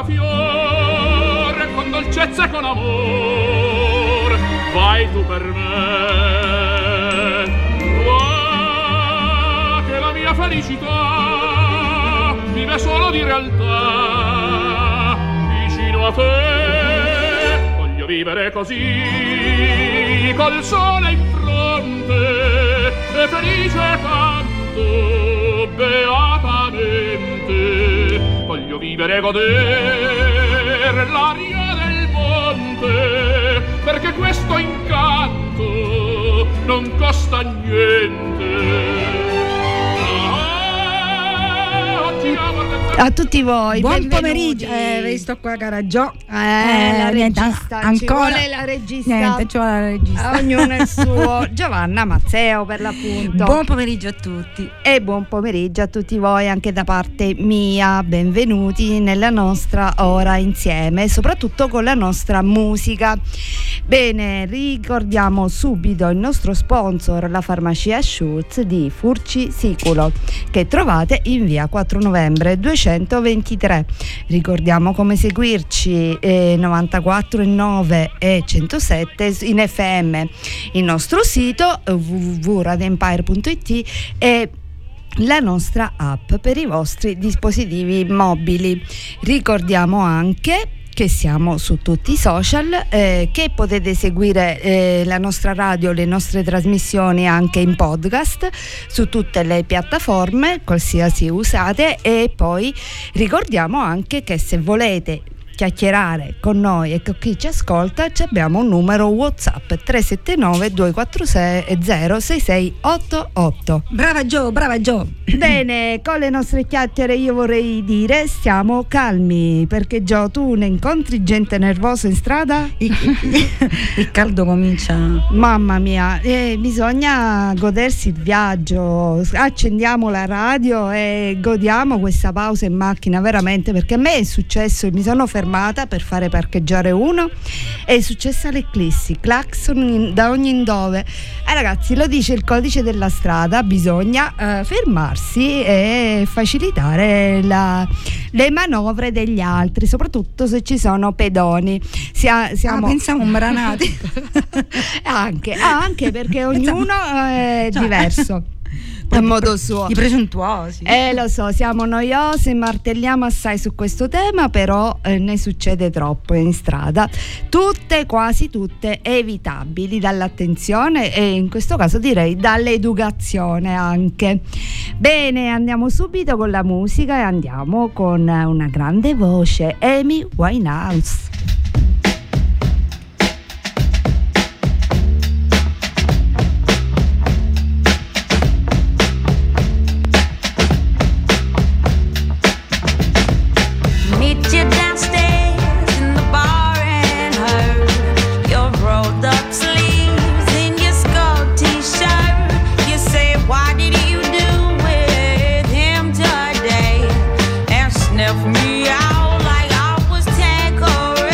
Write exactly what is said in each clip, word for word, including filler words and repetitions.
caro fiore, con dolcezza e con amor, vai tu per me. Va che la mia felicità vive solo di realtà, vicino a te voglio vivere così, col sole in fronte e felice canto beatamente. Voglio vivere e godere l'aria del monte, perché questo incanto non costa niente. A tutti voi, buon benvenuti. pomeriggio. Eh, visto qua cara Gio. Eh, eh, la niente, regista, ancora ci vuole la regista. Niente, ci vuole la regista. Ognuno il suo. Giovanna Mazzeo per l'appunto. Buon pomeriggio a tutti. E buon pomeriggio a tutti voi anche da parte mia. Benvenuti nella nostra ora insieme, soprattutto con la nostra musica. Bene, ricordiamo subito il nostro sponsor, la farmacia Schultz di Furci Siculo, che trovate in via quattro novembre duecentoventitré. Ricordiamo come seguirci eh, novantaquattro virgola nove e centosette in F M, il nostro sito w w w punto radio empire punto i t e la nostra app per i vostri dispositivi mobili. Ricordiamo anche che siamo su tutti i social, eh, che potete seguire eh, la nostra radio, le nostre trasmissioni anche in podcast su tutte le piattaforme qualsiasi usate. E poi ricordiamo anche che se volete chiacchierare con noi e con chi ci ascolta, abbiamo un numero WhatsApp tre sette nove due quattro sei zero sei sei otto otto. Brava Gio, brava Gio. Bene, con le nostre chiacchiere io vorrei dire stiamo calmi, perché Gio, tu ne incontri gente nervosa in strada? Il, il caldo comincia. Mamma mia, eh, bisogna godersi il viaggio. Accendiamo la radio e godiamo questa pausa in macchina, veramente, perché a me è successo, mi sono fermata per fare parcheggiare uno, è successa l'eclissi, clacson in, da ogni dove. Eh, ragazzi, lo dice il codice della strada, bisogna eh, fermarsi e facilitare la, le manovre degli altri, soprattutto se ci sono pedoni. Sia, siamo ah, pensiamo branati. anche, anche perché ognuno è cioè, diverso a modo suo. I presuntuosi. Eh, lo so, siamo noiose, martelliamo assai su questo tema, però eh, ne succede troppo in strada. Tutte, quasi tutte, evitabili dall'attenzione e in questo caso direi dall'educazione anche. Bene, andiamo subito con la musica e andiamo con una grande voce, Amy Winehouse. Me out like I was ten.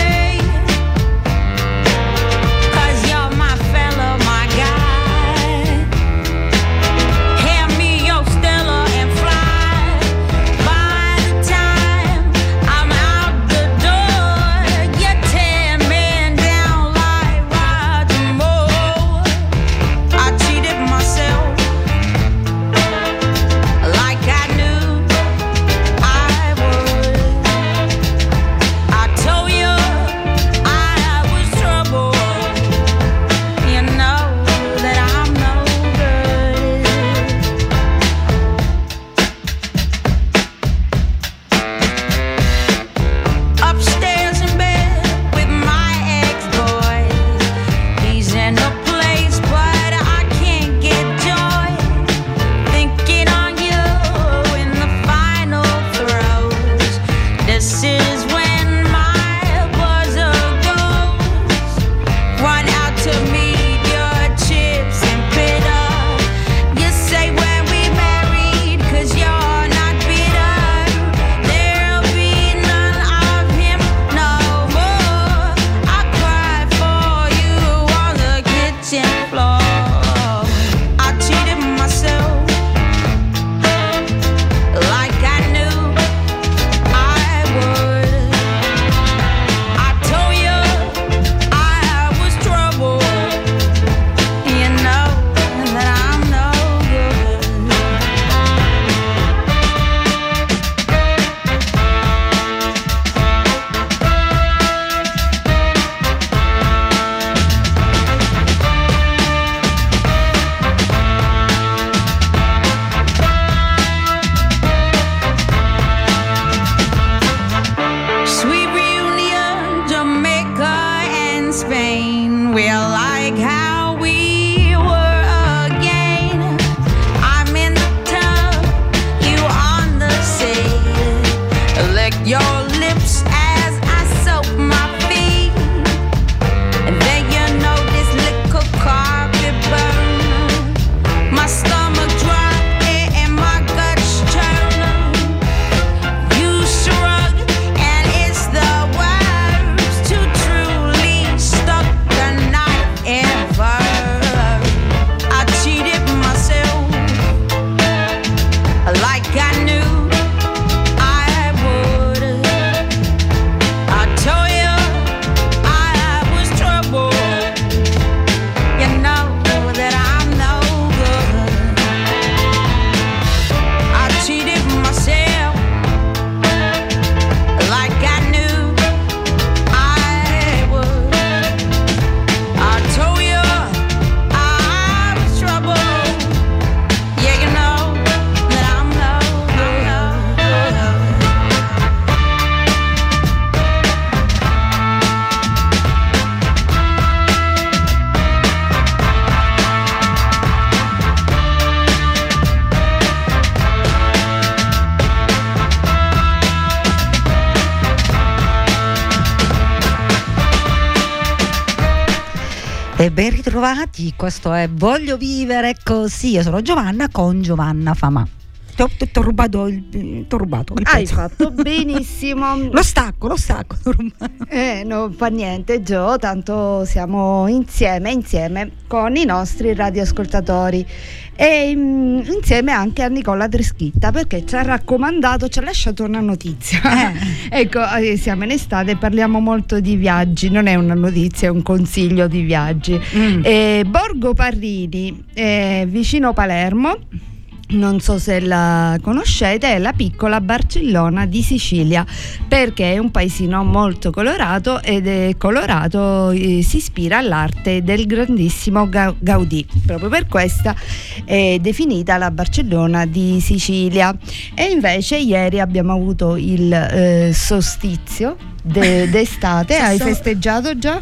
E ben ritrovati, questo è Voglio vivere così. Io sono Giovanna con Giovanna Famà. Ti ho, ti ho rubato il, ti ho rubato il Hai pezzo. fatto benissimo. Lo stacco, lo stacco. Eh, non fa niente, Gio, tanto siamo insieme, insieme con i nostri radioascoltatori e mm, insieme anche a Nicola Treschitta, perché ci ha raccomandato, ci ha lasciato una notizia. Eh. Ecco, eh, siamo in estate e parliamo molto di viaggi, non è una notizia, è un consiglio di viaggi. Mm. Eh, Borgo Parrini, eh, vicino Palermo. Non so se la conoscete, è la piccola Barcellona di Sicilia, perché è un paesino molto colorato ed è colorato, eh, si ispira all'arte del grandissimo Gaudì. Proprio per questa è definita la Barcellona di Sicilia. E invece ieri abbiamo avuto il eh, solstizio de- d'estate. Hai festeggiato già?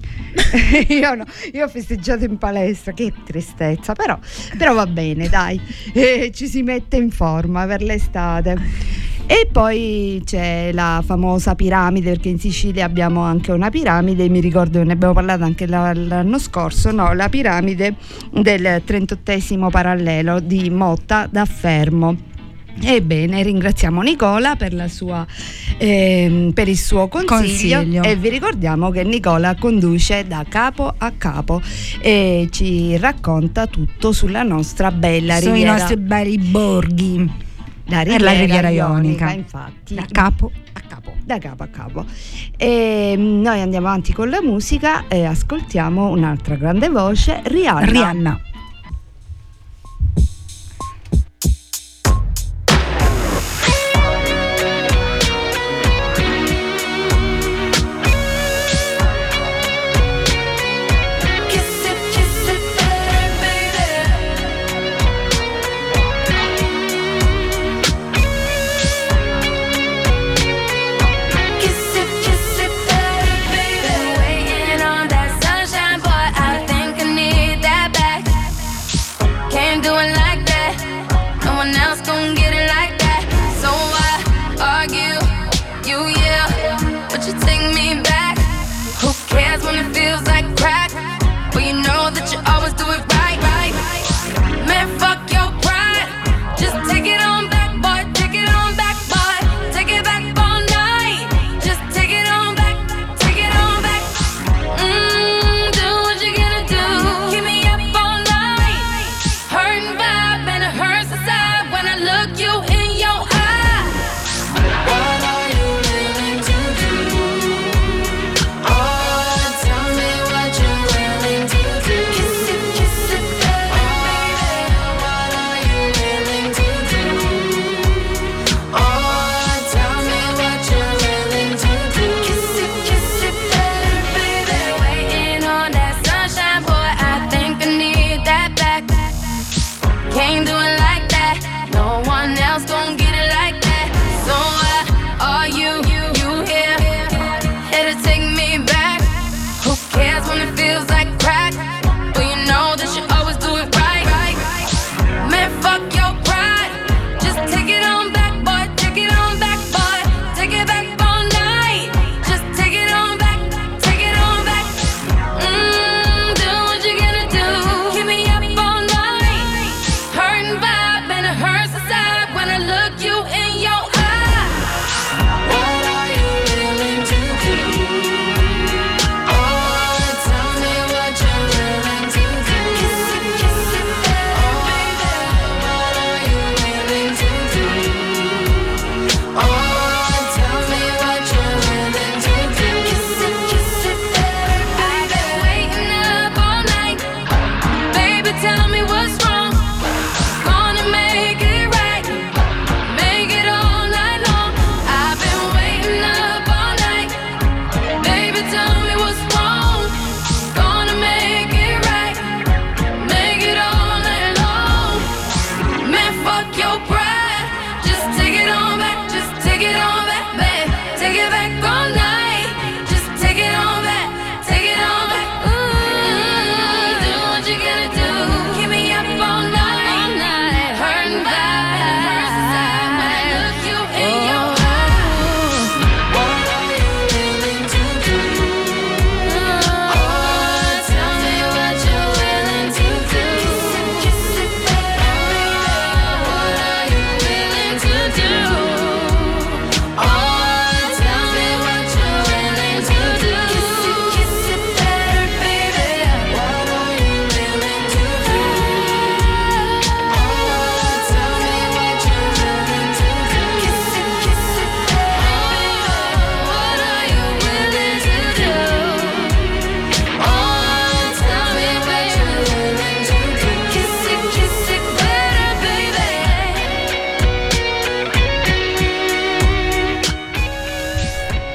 io no, io ho festeggiato in palestra, che tristezza, però, però va bene, dai, eh, ci si mette in forma per l'estate. E poi c'è la famosa piramide, perché in Sicilia abbiamo anche una piramide, mi ricordo che ne abbiamo parlato anche l'anno scorso, no? La piramide del trentottesimo parallelo di Motta da Fermo. Ebbene, ringraziamo Nicola per la sua ehm, per il suo consiglio, Consiglio. E vi ricordiamo che Nicola conduce da capo a capo e ci racconta tutto sulla nostra bella Sui riviera, nostri belli borghi. la per la riviera ionica. ionica, infatti, Da capo a capo. da capo a capo. E noi andiamo avanti con la musica e ascoltiamo un'altra grande voce, Rihanna. Rihanna. Waiting on that sunshine, boy, I think I need that back.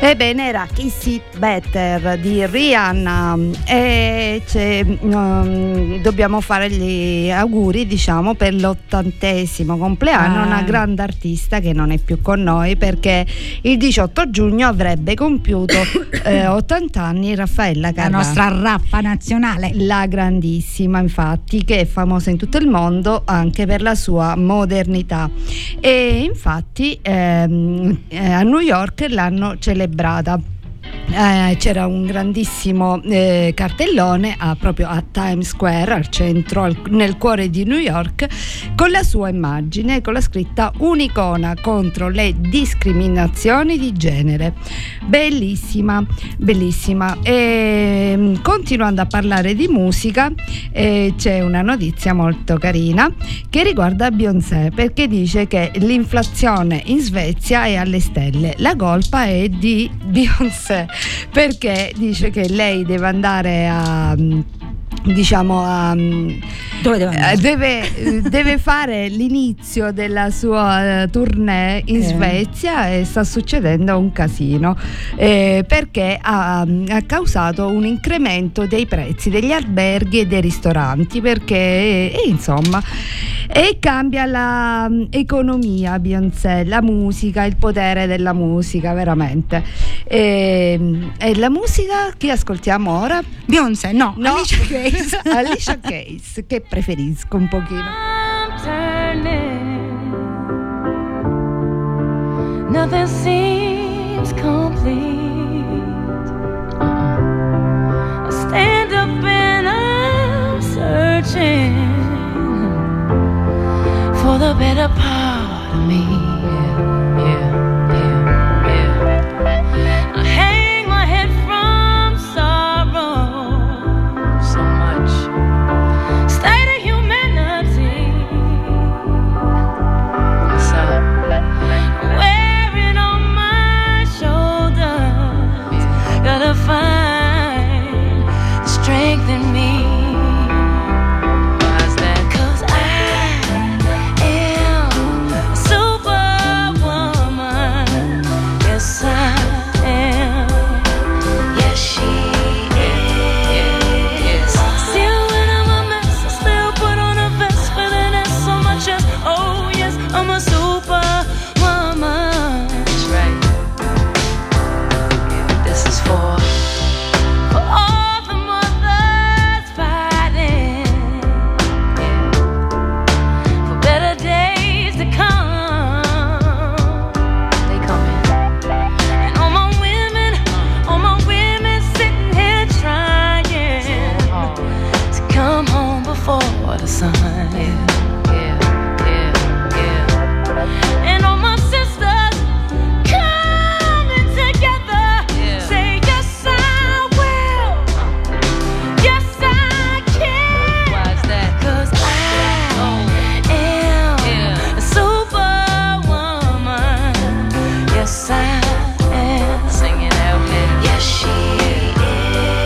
Ebbene, era Kiss It Better di Rihanna e um, dobbiamo fare gli auguri, diciamo, per l'ottantesimo compleanno, ah. una grande artista che non è più con noi perché il diciotto giugno avrebbe compiuto eh, ottanta anni Raffaella Carrà, la nostra rappa nazionale, la grandissima, infatti, che è famosa in tutto il mondo anche per la sua modernità, e infatti ehm, eh, a New York l'hanno celebrata. Eh, c'era un grandissimo eh, cartellone a, proprio a Times Square, al centro, al, nel cuore di New York, con la sua immagine, con la scritta "Un'icona contro le discriminazioni di genere". Bellissima, bellissima. E, continuando a parlare di musica, eh, c'è una notizia molto carina che riguarda Beyoncé, perché dice che l'inflazione in Svezia è alle stelle. La colpa è di Beyoncé, perché dice che lei deve andare a diciamo a, dove deve andare? Deve, deve fare l'inizio della sua tournée in eh. Svezia e sta succedendo un casino eh, perché ha, ha causato un incremento dei prezzi degli alberghi e dei ristoranti, perché e, insomma e cambia la economia Beyoncé, la musica, il potere della musica, veramente. E, e la musica che ascoltiamo ora? Beyoncé, no, no. Alicia Keys. Alicia Keys, che preferisco un pochino. Nothing seems complete. I stand up and I'm searching for the better part of me. Yeah, yeah, yeah, yeah. I hang my head from sorrow. So much state of humanity. What's up? Wearing on my shoulders. Yeah. Gotta find the strength in me.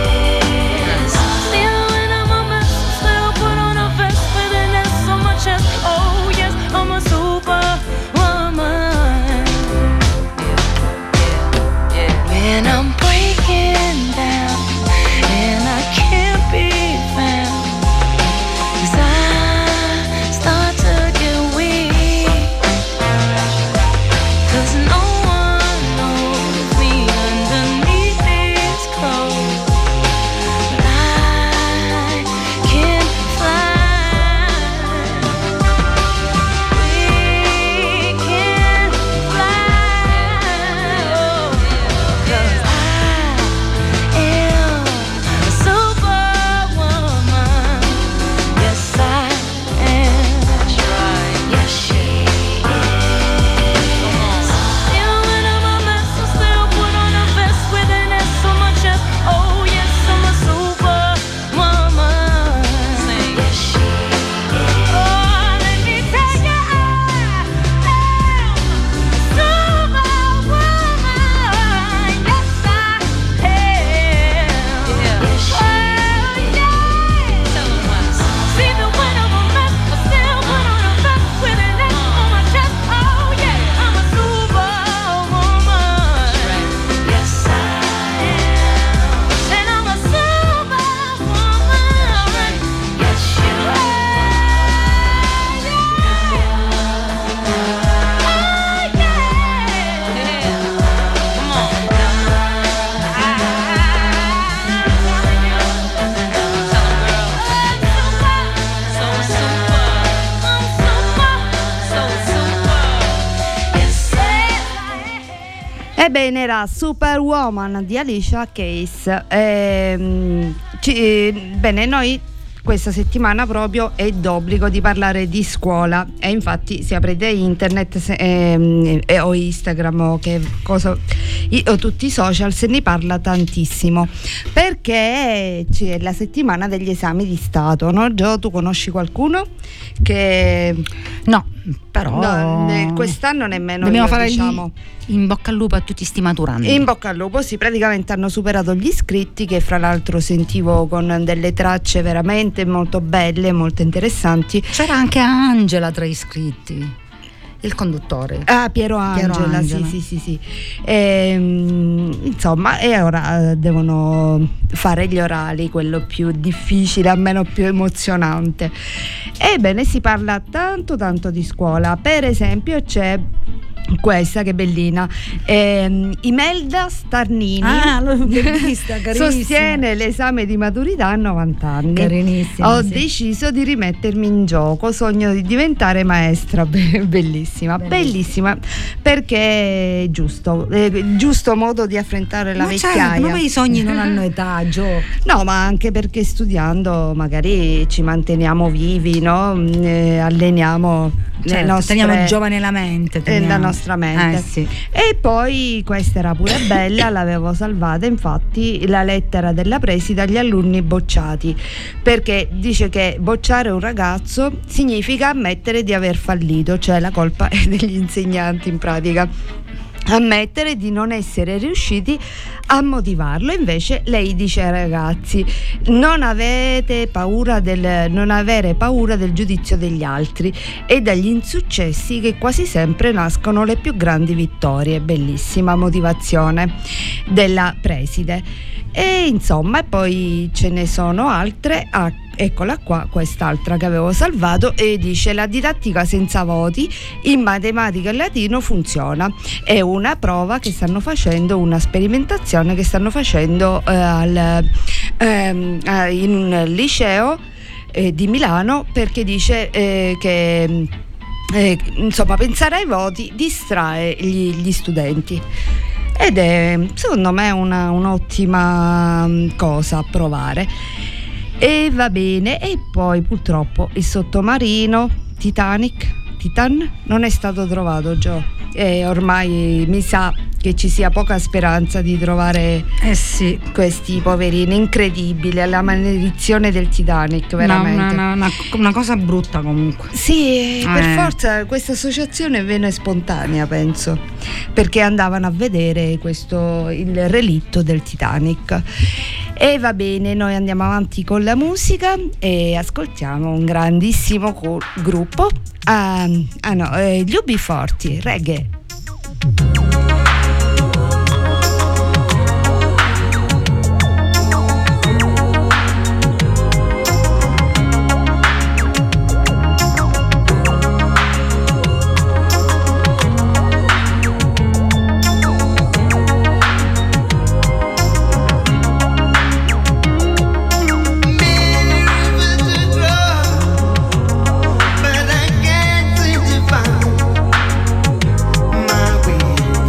Just Ebbene, era Superwoman di Alicia Keys. Ehm, ci, bene, noi questa settimana proprio è d'obbligo di parlare di scuola, e infatti se aprite internet se, ehm, eh, o Instagram o, che cosa, o tutti i social, se ne parla tantissimo, perché c'è la settimana degli esami di Stato, no? Gio, tu conosci qualcuno che... No, però no, quest'anno nemmeno dobbiamo io, fare diciamo. In bocca al lupo a tutti sti maturandi. In bocca al lupo, sì, praticamente hanno superato gli iscritti, che fra l'altro sentivo con delle tracce veramente molto belle, molto interessanti. C'era anche Angela tra iscritti, il conduttore. Ah, Piero Angela, Piero Angela. sì, sì, sì, sì. Ehm, insomma, e ora devono fare gli orali, quello più difficile, almeno più emozionante. Ebbene, si parla tanto tanto di scuola. Per esempio c'è questa che bellina, ehm, Imelda Starnini, ah, l'ho vista, carissima. sostiene l'esame di maturità a novanta anni. Carinissima, ho sì. deciso di rimettermi in gioco, sogno di diventare maestra. Bellissima, bellissima, bellissima, perché è giusto, è giusto modo di affrontare la ma vecchiaia. certo, ma i sogni non hanno età, Gio. No, ma anche perché studiando magari ci manteniamo vivi, no? Eh, alleniamo certo, le nostre, teniamo giovane la mente, teniamo. la nostra mente. Eh, sì. E poi questa era pure bella, l'avevo salvata, infatti, la lettera della preside agli alunni bocciati, perché dice che bocciare un ragazzo significa ammettere di aver fallito, cioè la colpa è degli insegnanti in pratica. Ammettere di non essere riusciti a motivarlo. Invece lei dice ai ragazzi: non avete paura del non avere paura del giudizio degli altri, e dagli insuccessi che quasi sempre nascono le più grandi vittorie. Bellissima motivazione della preside. E insomma, poi ce ne sono altre. Ah, eccola qua, quest'altra che avevo salvato, e dice: la didattica senza voti in matematica e latino funziona. È una prova che stanno facendo, una sperimentazione che stanno facendo eh, al, ehm, eh, in un liceo eh, di Milano, perché dice eh, che eh, insomma, pensare ai voti distrae gli, gli studenti. Ed è, secondo me, una, un'ottima cosa a provare. E va bene. E poi purtroppo il sottomarino Titanic Titan non è stato trovato, Gio, e ormai mi sa che ci sia poca speranza di trovare eh sì. questi poverini. Incredibile, la maledizione del Titanic, veramente. No, una, una, una cosa brutta comunque. Sì, eh. per forza questa associazione venne spontanea, penso, perché andavano a vedere questo, il relitto del Titanic. E va bene, noi andiamo avanti con la musica e ascoltiamo un grandissimo co- gruppo, ah, ah no, eh, gli U B quaranta, reggae. But I can't seem to find my way.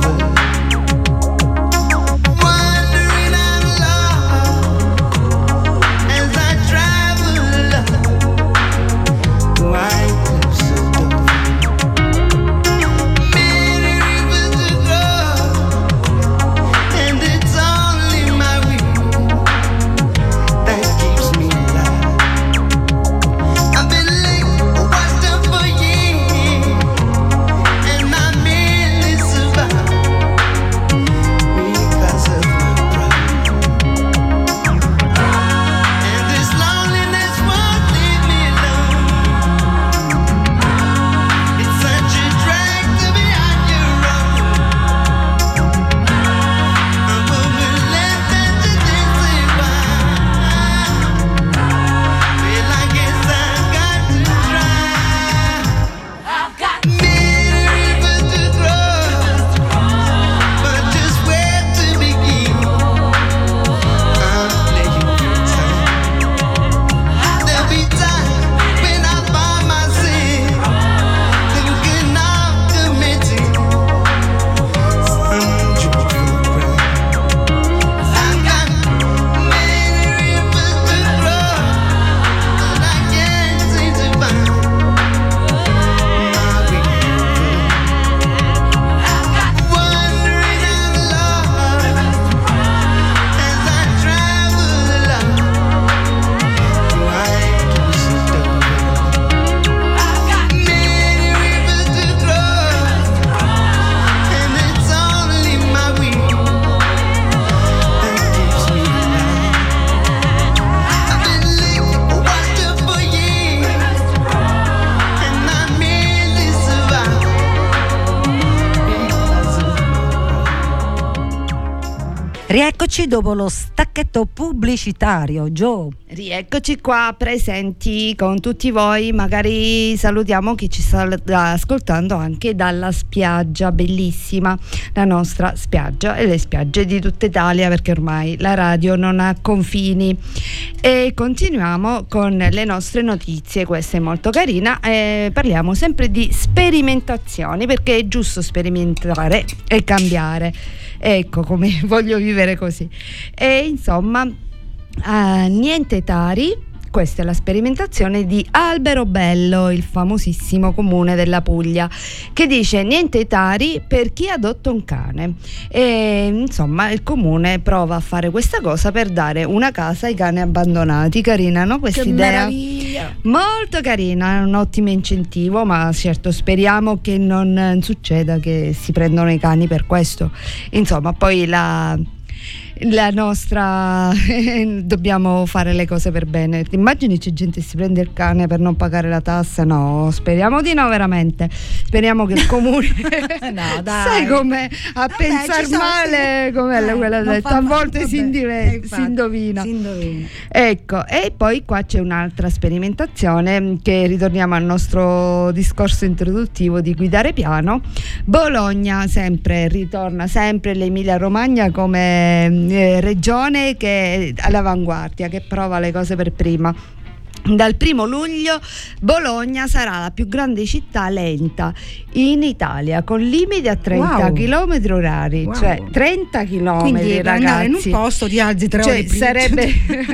Rieccoci dopo lo stacchetto pubblicitario, Gio. Rieccoci qua presenti con tutti voi, magari salutiamo chi ci sta ascoltando anche dalla spiaggia bellissima, la nostra spiaggia e le spiagge di tutta Italia, perché ormai la radio non ha confini. E continuiamo con le nostre notizie, questa è molto carina, e parliamo sempre di sperimentazioni, perché è giusto sperimentare e cambiare. Ecco come voglio vivere così. E insomma, uh, niente tari. Questa è la sperimentazione di Alberobello, il famosissimo comune della Puglia, che dice niente tari per chi adotta un cane. E insomma il comune prova a fare questa cosa per dare una casa ai cani abbandonati. Carina, no? Questa che idea meraviglia, molto carina, è un ottimo incentivo, ma certo speriamo che non succeda che si prendono i cani per questo. Insomma, poi la la nostra dobbiamo fare le cose per bene. Immagini c'è gente che si prende il cane per non pagare la tassa? No, speriamo di no, veramente. Speriamo che il comune no, dai. Sai com'è a pensare male, com'è eh, quella detta, a volte si, indive, eh, si indovina si indovina ecco. E poi qua c'è un'altra sperimentazione, che ritorniamo al nostro discorso introduttivo di guidare piano. Bologna sempre ritorna sempre l'Emilia Romagna come Eh, regione che è all'avanguardia, che prova le cose per prima. Dal primo luglio Bologna sarà la più grande città lenta in Italia, con limiti a trenta wow. chilometri orari, wow. Cioè trenta chilometri. Quindi per ragazzi, andare in un posto ti alzi tre cioè, ore prima. Sarebbe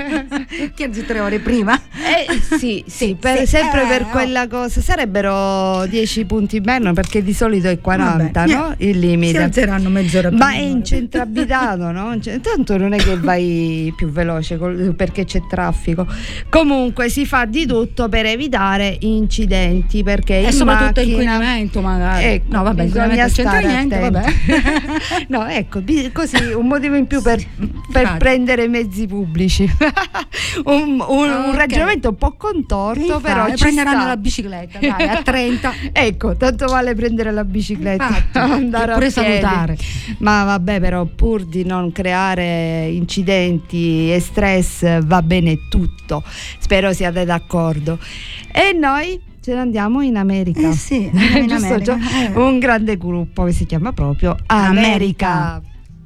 ti alzi tre ore prima? Eh, sì, sì, per, sì, sempre eh, per quella oh. cosa sarebbero dieci punti in meno, perché di solito è quaranta. Vabbè, no? Il limite. Si alzeranno mezz'ora ma è in centro abitato, no? Tanto non è che vai più veloce col, perché c'è traffico. Comunque si fa di tutto per evitare incidenti, perché e in soprattutto macchina, inquinamento magari. Ecco, no vabbè, bisogna stare niente, vabbè. No, ecco, così un motivo in più per, per prendere mezzi pubblici. un, un, okay. un ragionamento un po' contorto, infatti, però ci prenderanno sta. La bicicletta, dai, a trenta. Ecco, tanto vale prendere la bicicletta. Infatti, andare pure a piedi. Salutare. Ma vabbè, però pur di non creare incidenti e stress va bene tutto. Spero siate d'accordo. E noi ce ne andiamo in America. Eh sì, in Giusto, America. Eh. Un grande gruppo che si chiama proprio America. America.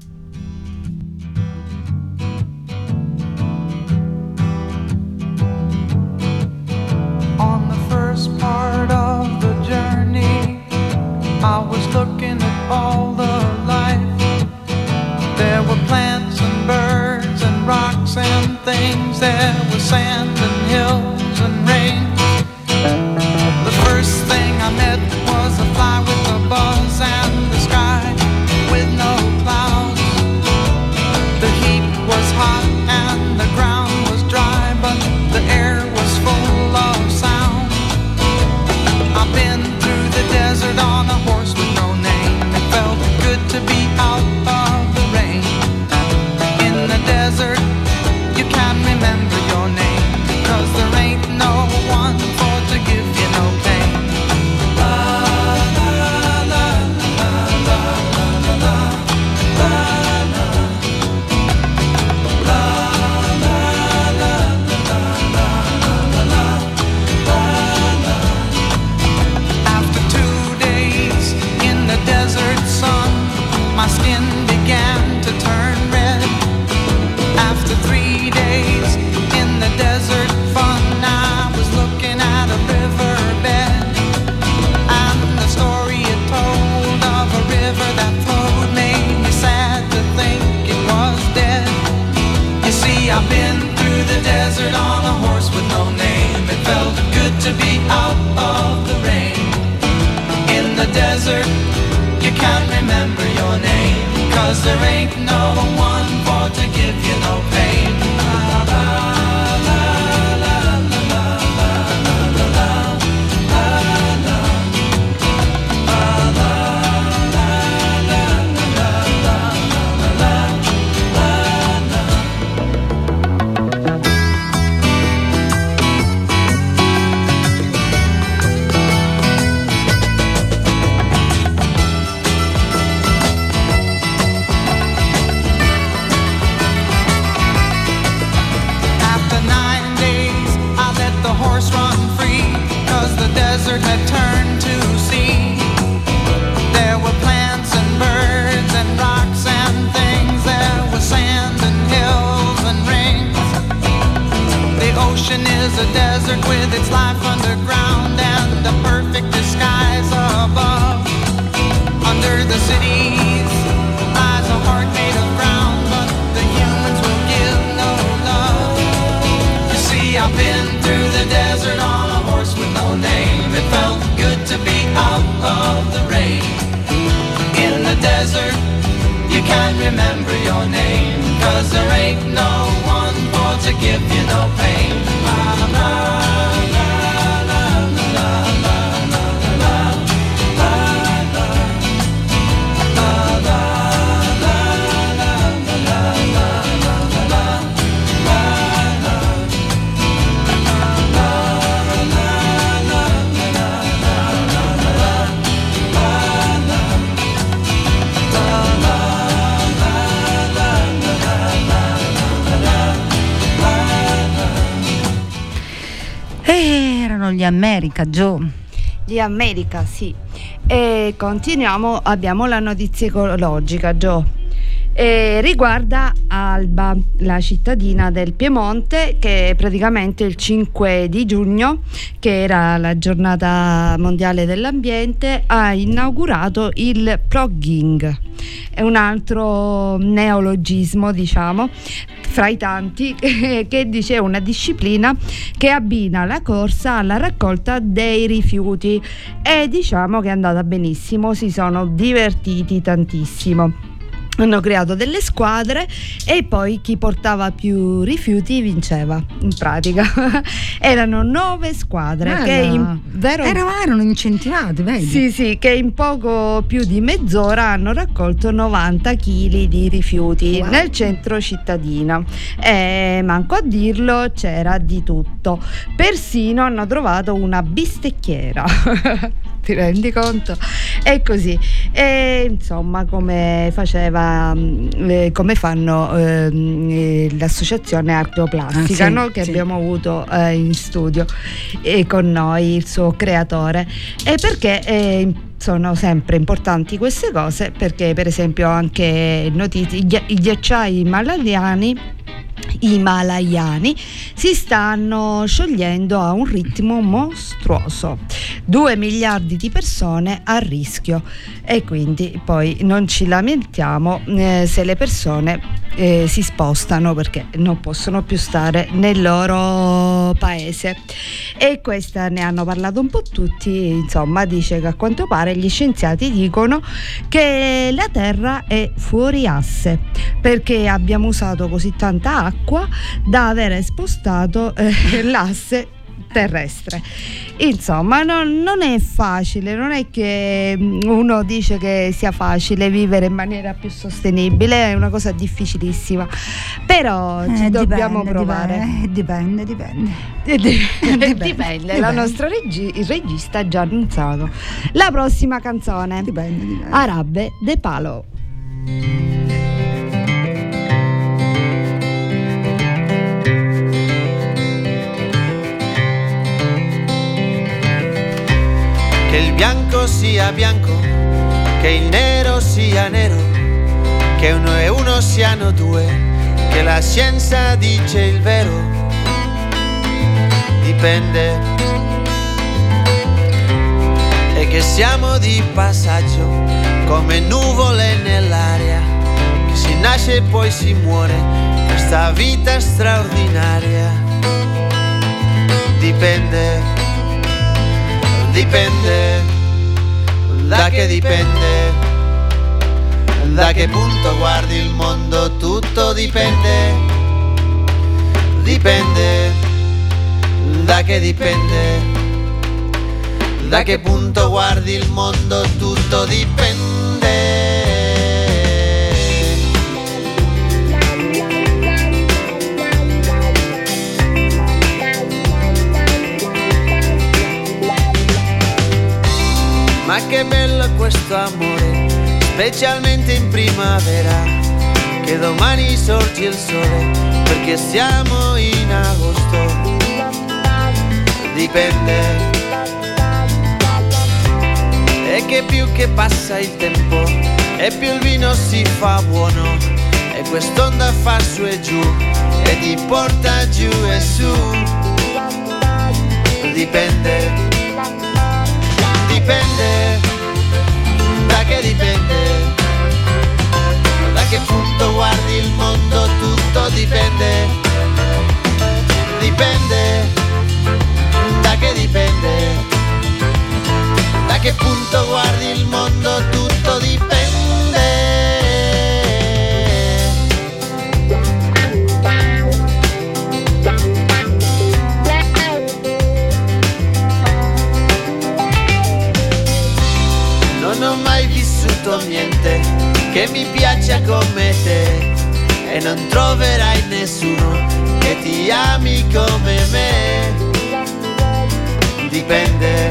On the first part of the journey, I was looking at all the life. There were plants and birds and rocks and things. There was sand and hills and rain. The first thing I met was a fly with a buzz and the sky with no clouds. The heat was hot and the ground was dry, but the air was full of sound. I've been through the desert on a horse with no name. It felt good to be out of the rain. In the desert, you can't remember your name, 'cause there ain't no one for to give you no pain. La la la la la la la la la la la la la la. After two days in the desert sun, my skin began to turn red. After three days in the desert fun, I was looking at a riverbed, and the story it told of a river that flowed made me sad to think it was dead. You see, I've been through the desert on a horse with no name. It felt good to be out of the rain. In the desert, you can't remember your name, 'cause there ain't no one for to give you no pain. La, la, la, la, la, la, la, la, la, la, la, desert had turned to sea. There were plants and birds and rocks and things. There was sand and hills and rings. The ocean is a desert with its life underground and a perfect disguise above. Under the cities lies a heart made of ground, but the humans will give no love. You see, I've been through the desert on a horse with no name. It felt good to be out of the rain. In the desert, you can't remember your name, 'cause there ain't no one for to give you no pain. La, la, la, la, la, la, la, Erano gli America, Joe. Gli America, sì. E continuiamo, abbiamo la notizia ecologica, Joe. E riguarda Alba, la cittadina del Piemonte, che praticamente il cinque di giugno, che era la giornata mondiale dell'ambiente, ha inaugurato il plugging. È un altro neologismo, diciamo, fra i tanti, che dice è una disciplina che abbina la corsa alla raccolta dei rifiuti, e diciamo che è andata benissimo, si sono divertiti tantissimo. Hanno creato delle squadre e poi chi portava più rifiuti vinceva, in pratica. Erano nove squadre. Bella. Che in vero... erano, erano incentivati, vedi? Sì, sì, che in poco più di mezz'ora hanno raccolto novanta chili di rifiuti. Wow. Nel centro cittadino. E manco a dirlo, c'era di tutto. Persino hanno trovato una bistecchiera. Ti rendi conto? È così. E insomma, come faceva, eh, come fanno eh, l'associazione Arteoplastica, ah, sì, no? Che sì. abbiamo avuto eh, in studio e con noi il suo creatore. E perché eh, sono sempre importanti queste cose? Perché per esempio anche notizie, i ghiacciai himalayani himalayani si stanno sciogliendo a un ritmo mostruoso, due miliardi di persone a rischio, e quindi poi non ci lamentiamo eh, se le persone eh, si spostano perché non possono più stare nel loro paese. E questa ne hanno parlato un po' tutti, insomma, dice che a quanto pare gli scienziati dicono che la Terra è fuori asse perché abbiamo usato così tanta acqua da aver spostato eh, l'asse terrestre. Insomma, non, non è facile, non è che uno dice che sia facile vivere in maniera più sostenibile, è una cosa difficilissima, però eh, ci dobbiamo dipende, provare. Dipende, dipende. Dipende, dipende, dipende. La nostra regi- il regista ha già annunciato la prossima canzone. Dipende, dipende. Arabe de Palo. Che il bianco sia bianco, che il nero sia nero, che uno e uno siano due, che la scienza dice il vero. Dipende. E che siamo di passaggio, come nuvole nell'aria, che si nasce e poi si muore, questa vita straordinaria. Dipende. Dipende, da che dipende, da che punto guardi il mondo, tutto dipende, dipende, da che dipende, da che punto guardi il mondo, tutto dipende. Ma che bello questo amore, specialmente in primavera, che domani sorge il sole, perché siamo in agosto. Dipende, che passa il tempo e più il vino si fa buono, e quest'onda fa su e giù e ti porta giù e su. Dipende, dipende, da che dipende, da che punto guardi il mondo, tutto dipende, dipende, da che dipende, da che punto guardi il mondo, tutto dipende. Non ho mai vissuto niente che mi piaccia come te, e non troverai nessuno che ti ami come me. Dipende,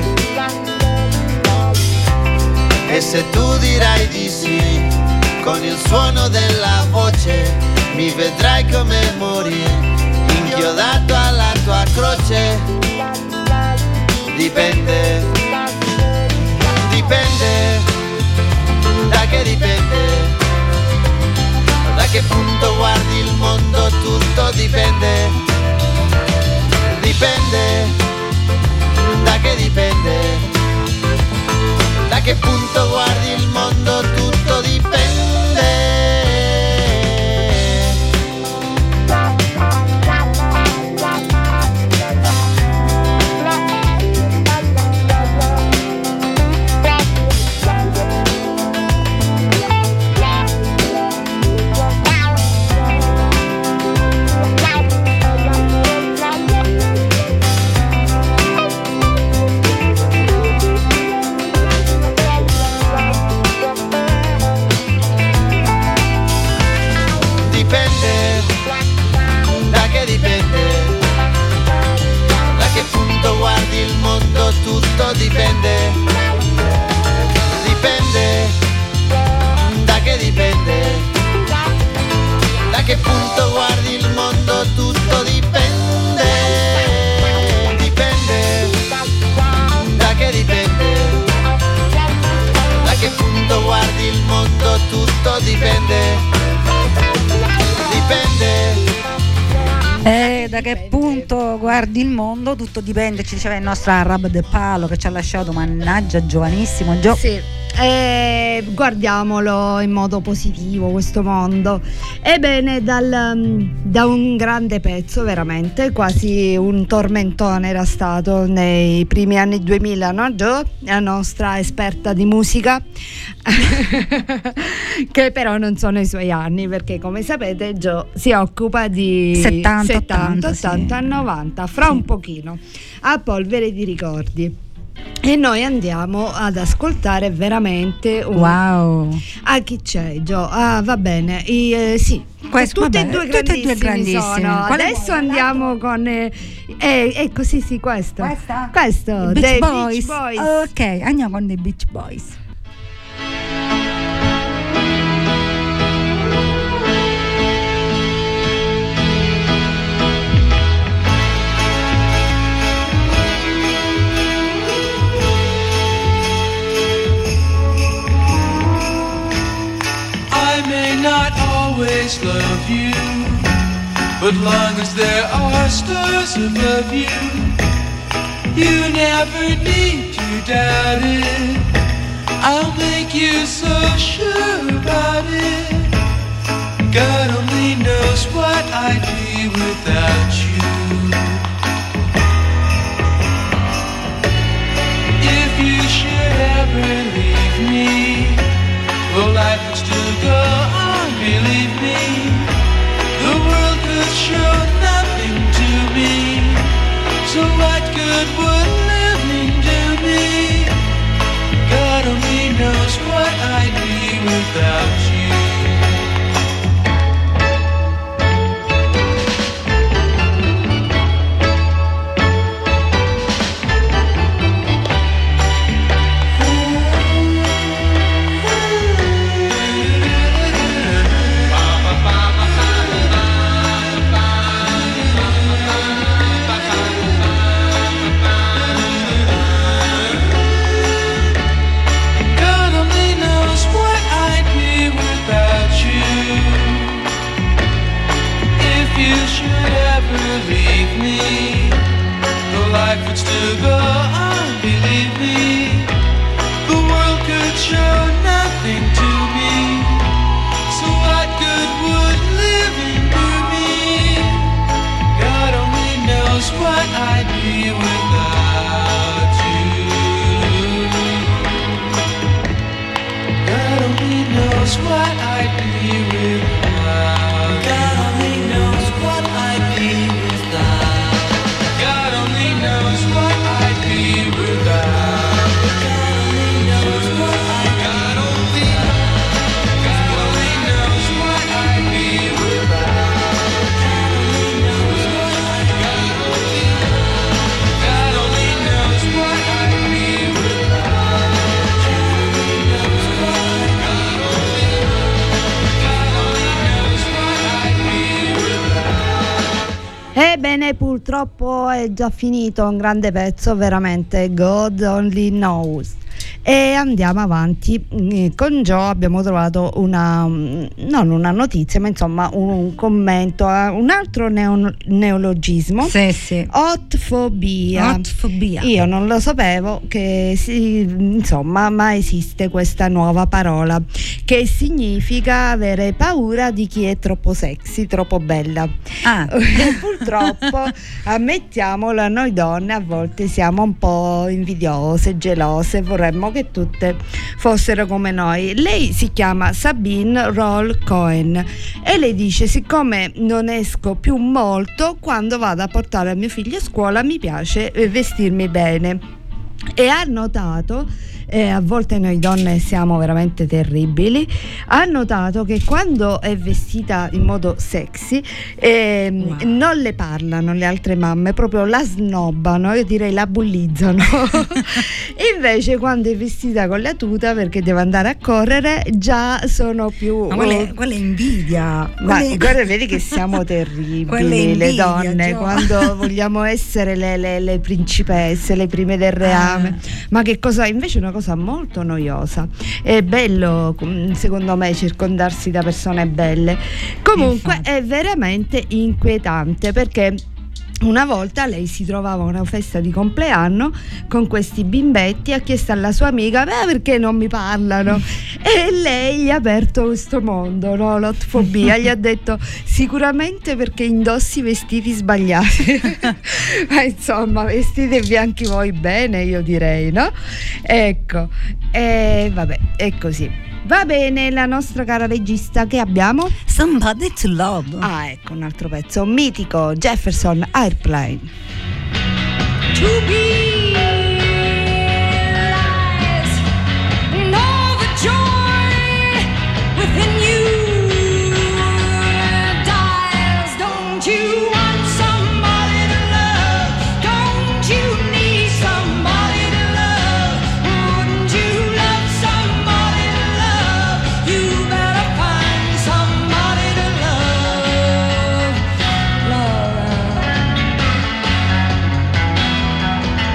e se tu dirai di sì, con il suono della voce mi vedrai come morire, inchiodato alla tua croce. Dipende, dipende, da che dipende, da che punto guardi il mondo, tutto dipende, dipende, da che dipende, da che punto guardi il mondo, tutto dipende. Tutto dipende, dipende, da che dipende, da che punto guardi il mondo, tutto dipende, dipende, da che dipende, da che punto guardi il mondo, tutto dipende, dipende. E da che punto guardi il mondo, tutto dipende, ci diceva il nostro Arab De Palo, che ci ha lasciato, mannaggia, giovanissimo. Gio- sì, eh, guardiamolo in modo positivo questo mondo. Ebbene, dal, da un grande pezzo, veramente, quasi un tormentone era stato nei primi anni duemila, no Gio? La nostra esperta di musica, che però non sono i suoi anni, perché come sapete Gio si occupa di settanta, settanta, ottanta, sì. novanta, fra sì. un pochino, a polvere di ricordi. E noi andiamo ad ascoltare veramente un... Wow. Ah, chi c'è Gio? Ah, va bene, I, eh, sì, Questo, tutti vabbè, e due tutti e grandissimi, due grandissimi. sono. Quale Adesso vuoi? andiamo con eh, eh, ecco sì sì questo Questa? questo Beach dei Boys. Beach Boys. Ok, andiamo con dei Beach Boys. I may not always love you, but long as there are stars above you, you never need to doubt it. I'll make you so sure about it. God only knows what I'd be without you. If you should ever leave me, well, life would still go on, believe me. The world could show nothing to me, so what good would living do me? God only knows what I'd be without you. God purtroppo è già finito un grande pezzo, veramente, God Only Knows. E andiamo avanti. Con Joe abbiamo trovato una, non una notizia, ma insomma un, un commento a un altro neo, neologismo. Sì, sì. Otfobia. Otfobia. Io non lo sapevo che si, insomma, ma esiste questa nuova parola che significa avere paura di chi è troppo sexy, troppo bella. Ah. Purtroppo, ammettiamolo, noi donne a volte siamo un po' invidiose, gelose, vorremmo che tutte fossero come noi. Lei si chiama Sabine Roll Cohen e lei dice: siccome non esco più molto, quando vado a portare mio figlio a scuola mi piace vestirmi bene. E ha notato, e a volte noi donne siamo veramente terribili, ha notato che quando è vestita in modo sexy eh, wow. non le parlano le altre mamme, proprio la snobbano, io direi la bullizzano. Invece quando è vestita con la tuta perché deve andare a correre, già sono più... Ma quella, quella è invidia. Ma guarda, vedi che siamo terribili invidia, le donne, Gio. Quando vogliamo essere le, le, le principesse, le prime del reame. Ah. Ma che cosa, invece una cosa molto noiosa. È bello, secondo me, circondarsi da persone belle. Comunque infatti è veramente inquietante, perché una volta lei si trovava a una festa di compleanno con questi bimbetti, ha chiesto alla sua amica: beh, perché non mi parlano? E lei gli ha aperto questo mondo, no? L'otfobia. Gli ha detto: sicuramente perché indossi vestiti sbagliati. Ma insomma, vestitevi anche voi bene, io direi, no? Ecco, e vabbè, è così. Va bene, la nostra cara regista, che abbiamo? Somebody to Love. Ah, ecco un altro pezzo mitico, Jefferson Airplane. To be lies and all the joy within you dies. Don't you want somebody to love? Don't you need somebody to love? Wouldn't you love somebody to love? You better find somebody to love. Love.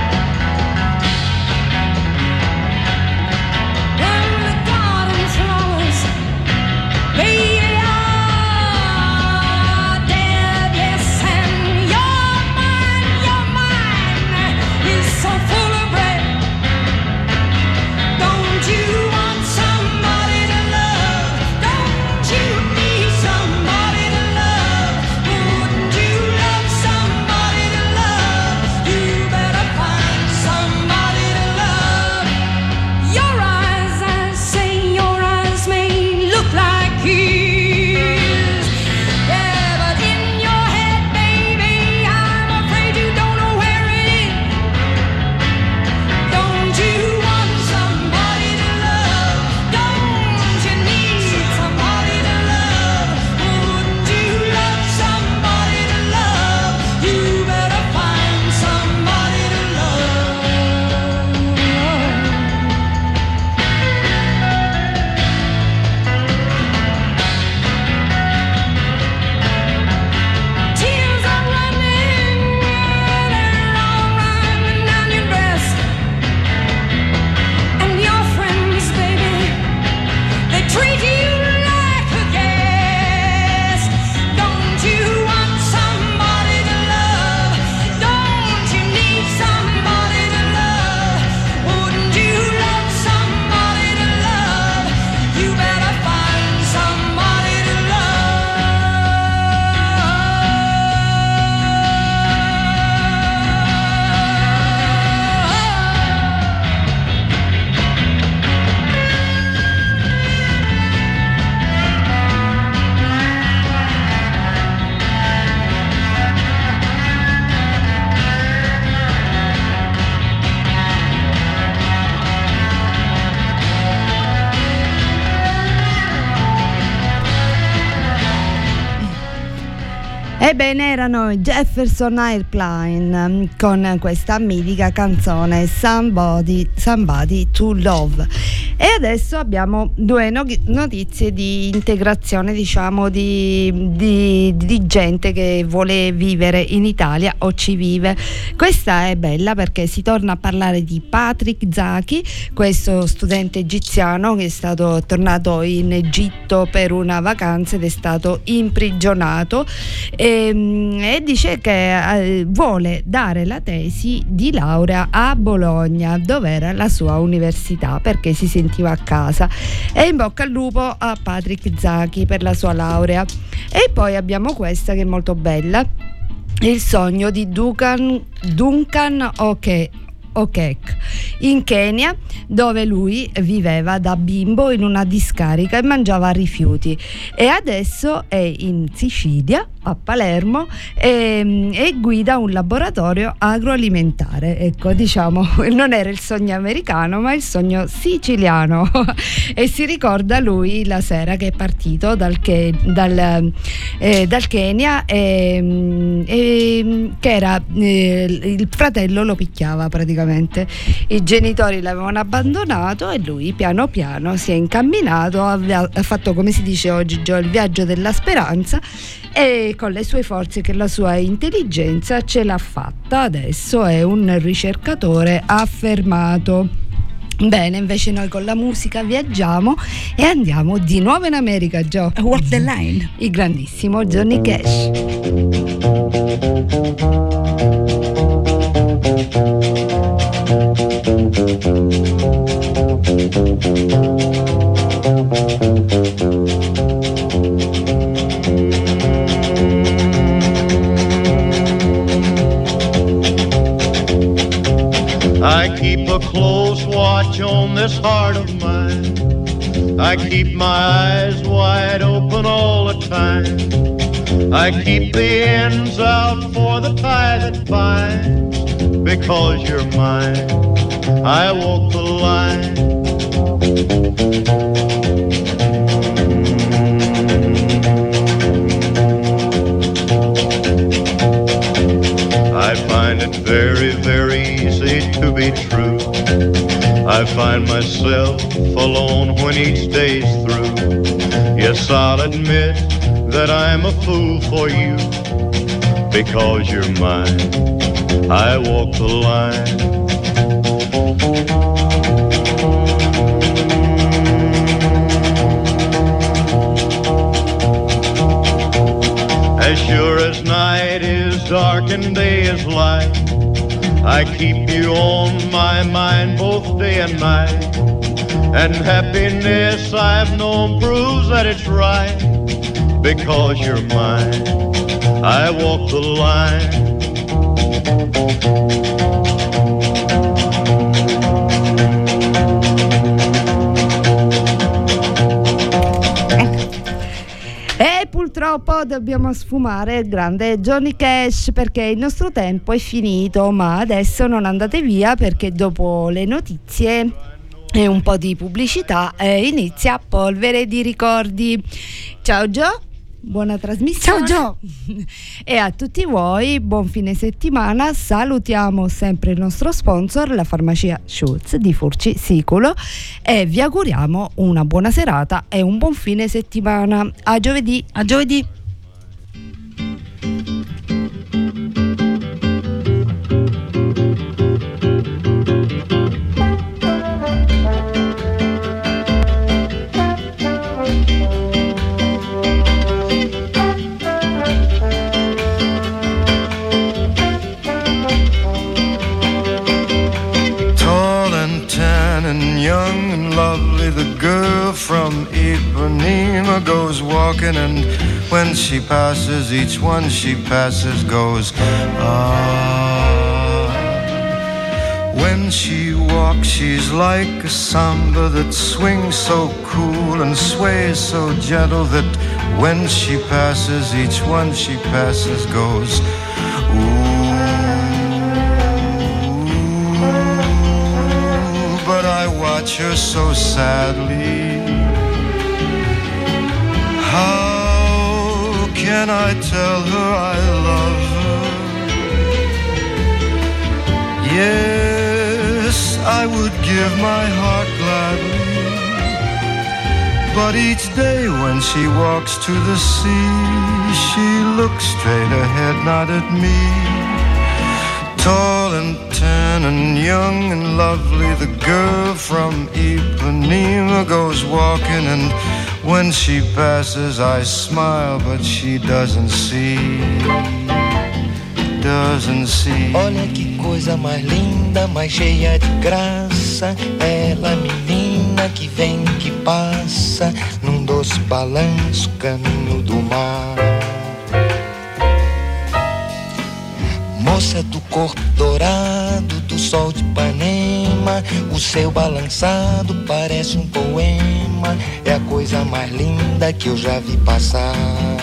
Ebbene, erano i Jefferson Airplane con questa mitica canzone Somebody, Somebody to Love. E adesso abbiamo due no- notizie di integrazione, diciamo, di, di, di gente che vuole vivere in Italia o ci vive. Questa è bella perché si torna a parlare di Patrick Zaki, questo studente egiziano che è stato tornato in Egitto per una vacanza ed è stato imprigionato e, e dice che eh, vuole dare la tesi di laurea a Bologna, dove era la sua università, perché si sentiva a casa. E in bocca al lupo a Patrick Zaki per la sua laurea. E poi abbiamo questa che è molto bella, il sogno di Duncan, Duncan Oke Okek in Kenya, dove lui viveva da bimbo in una discarica e mangiava rifiuti, e adesso è in Sicilia, a Palermo, e, e guida un laboratorio agroalimentare. Ecco, diciamo, non era il sogno americano ma il sogno siciliano. E si ricorda lui la sera che è partito dal, che, dal, eh, dal Kenya e, e che era eh, il fratello lo picchiava praticamente. I genitori l'avevano abbandonato e lui piano piano si è incamminato, ha, ha fatto, come si dice oggi, il viaggio della speranza, e con le sue forze e la sua intelligenza ce l'ha fatta. Adesso è un ricercatore affermato. Bene, invece noi con la musica viaggiamo e andiamo di nuovo in America, Gio. Walk the line. Il grandissimo Johnny Cash. I keep a close watch on this heart of mine. I keep my eyes wide open all the time. I keep the ends out for the tie that binds. Because you're mine, I walk the line. I find it very, very easy to be true. I find myself alone when each day's through. Yes, I'll admit that I'm a fool for you. Because you're mine, I walk the line. As sure as night is dark and day is light, I keep you on my mind both day and night. And happiness I've known proves that it's right. Because you're mine, I walk the line. E purtroppo dobbiamo sfumare il grande Johnny Cash, perché il nostro tempo è finito, ma adesso non andate via, perché dopo le notizie e un po' di pubblicità eh, inizia Polvere di ricordi. Ciao Gio, buona trasmissione. Ciao Gio. E a tutti voi buon fine settimana. Salutiamo sempre il nostro sponsor, la farmacia Schultz di Furci Siculo, e vi auguriamo una buona serata e un buon fine settimana. A giovedì. A giovedì. Young and lovely, the girl from Ipanema goes walking, and when she passes, each one she passes goes, ah. When she walks, she's like a samba that swings so cool and sways so gentle that when she passes, each one she passes goes, ooh. Watch her so sadly. How can can I tell her I love her? Yes, I would give my heart gladly, but each day when she walks to the sea, she looks straight ahead, not at me. Tall and tan and young and lovely, the girl from Ipanema goes walking, and when she passes I smile, but she doesn't see, doesn't see. Olha que coisa mais linda, mais cheia de graça, ela menina que vem, que passa, num doce balanço, caminho do mar. Moça do corpo dourado, do sol de Ipanema, o seu balançado parece um poema, é a coisa mais linda que eu já vi passar.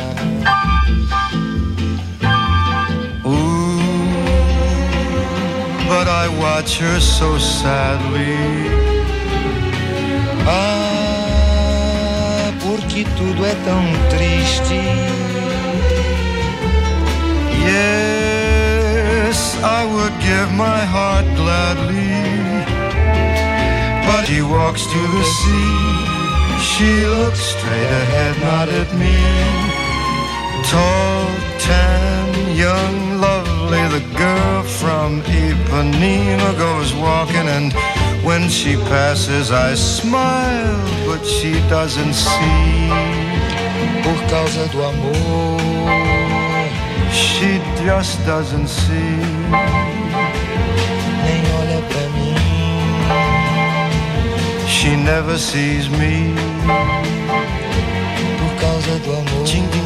Ooh, but I watch her so sadly. Ah, porque tudo é tão triste. Yes, I would give my heart gladly, but she walks to the sea. She looks straight ahead, not at me. Tall, tan, young, lovely, the girl from Ipanema goes walking, and when she passes I smile, but she doesn't see. Por causa do amor, she just doesn't see. Nem olha pra mim. She never sees me. Por causa do amor.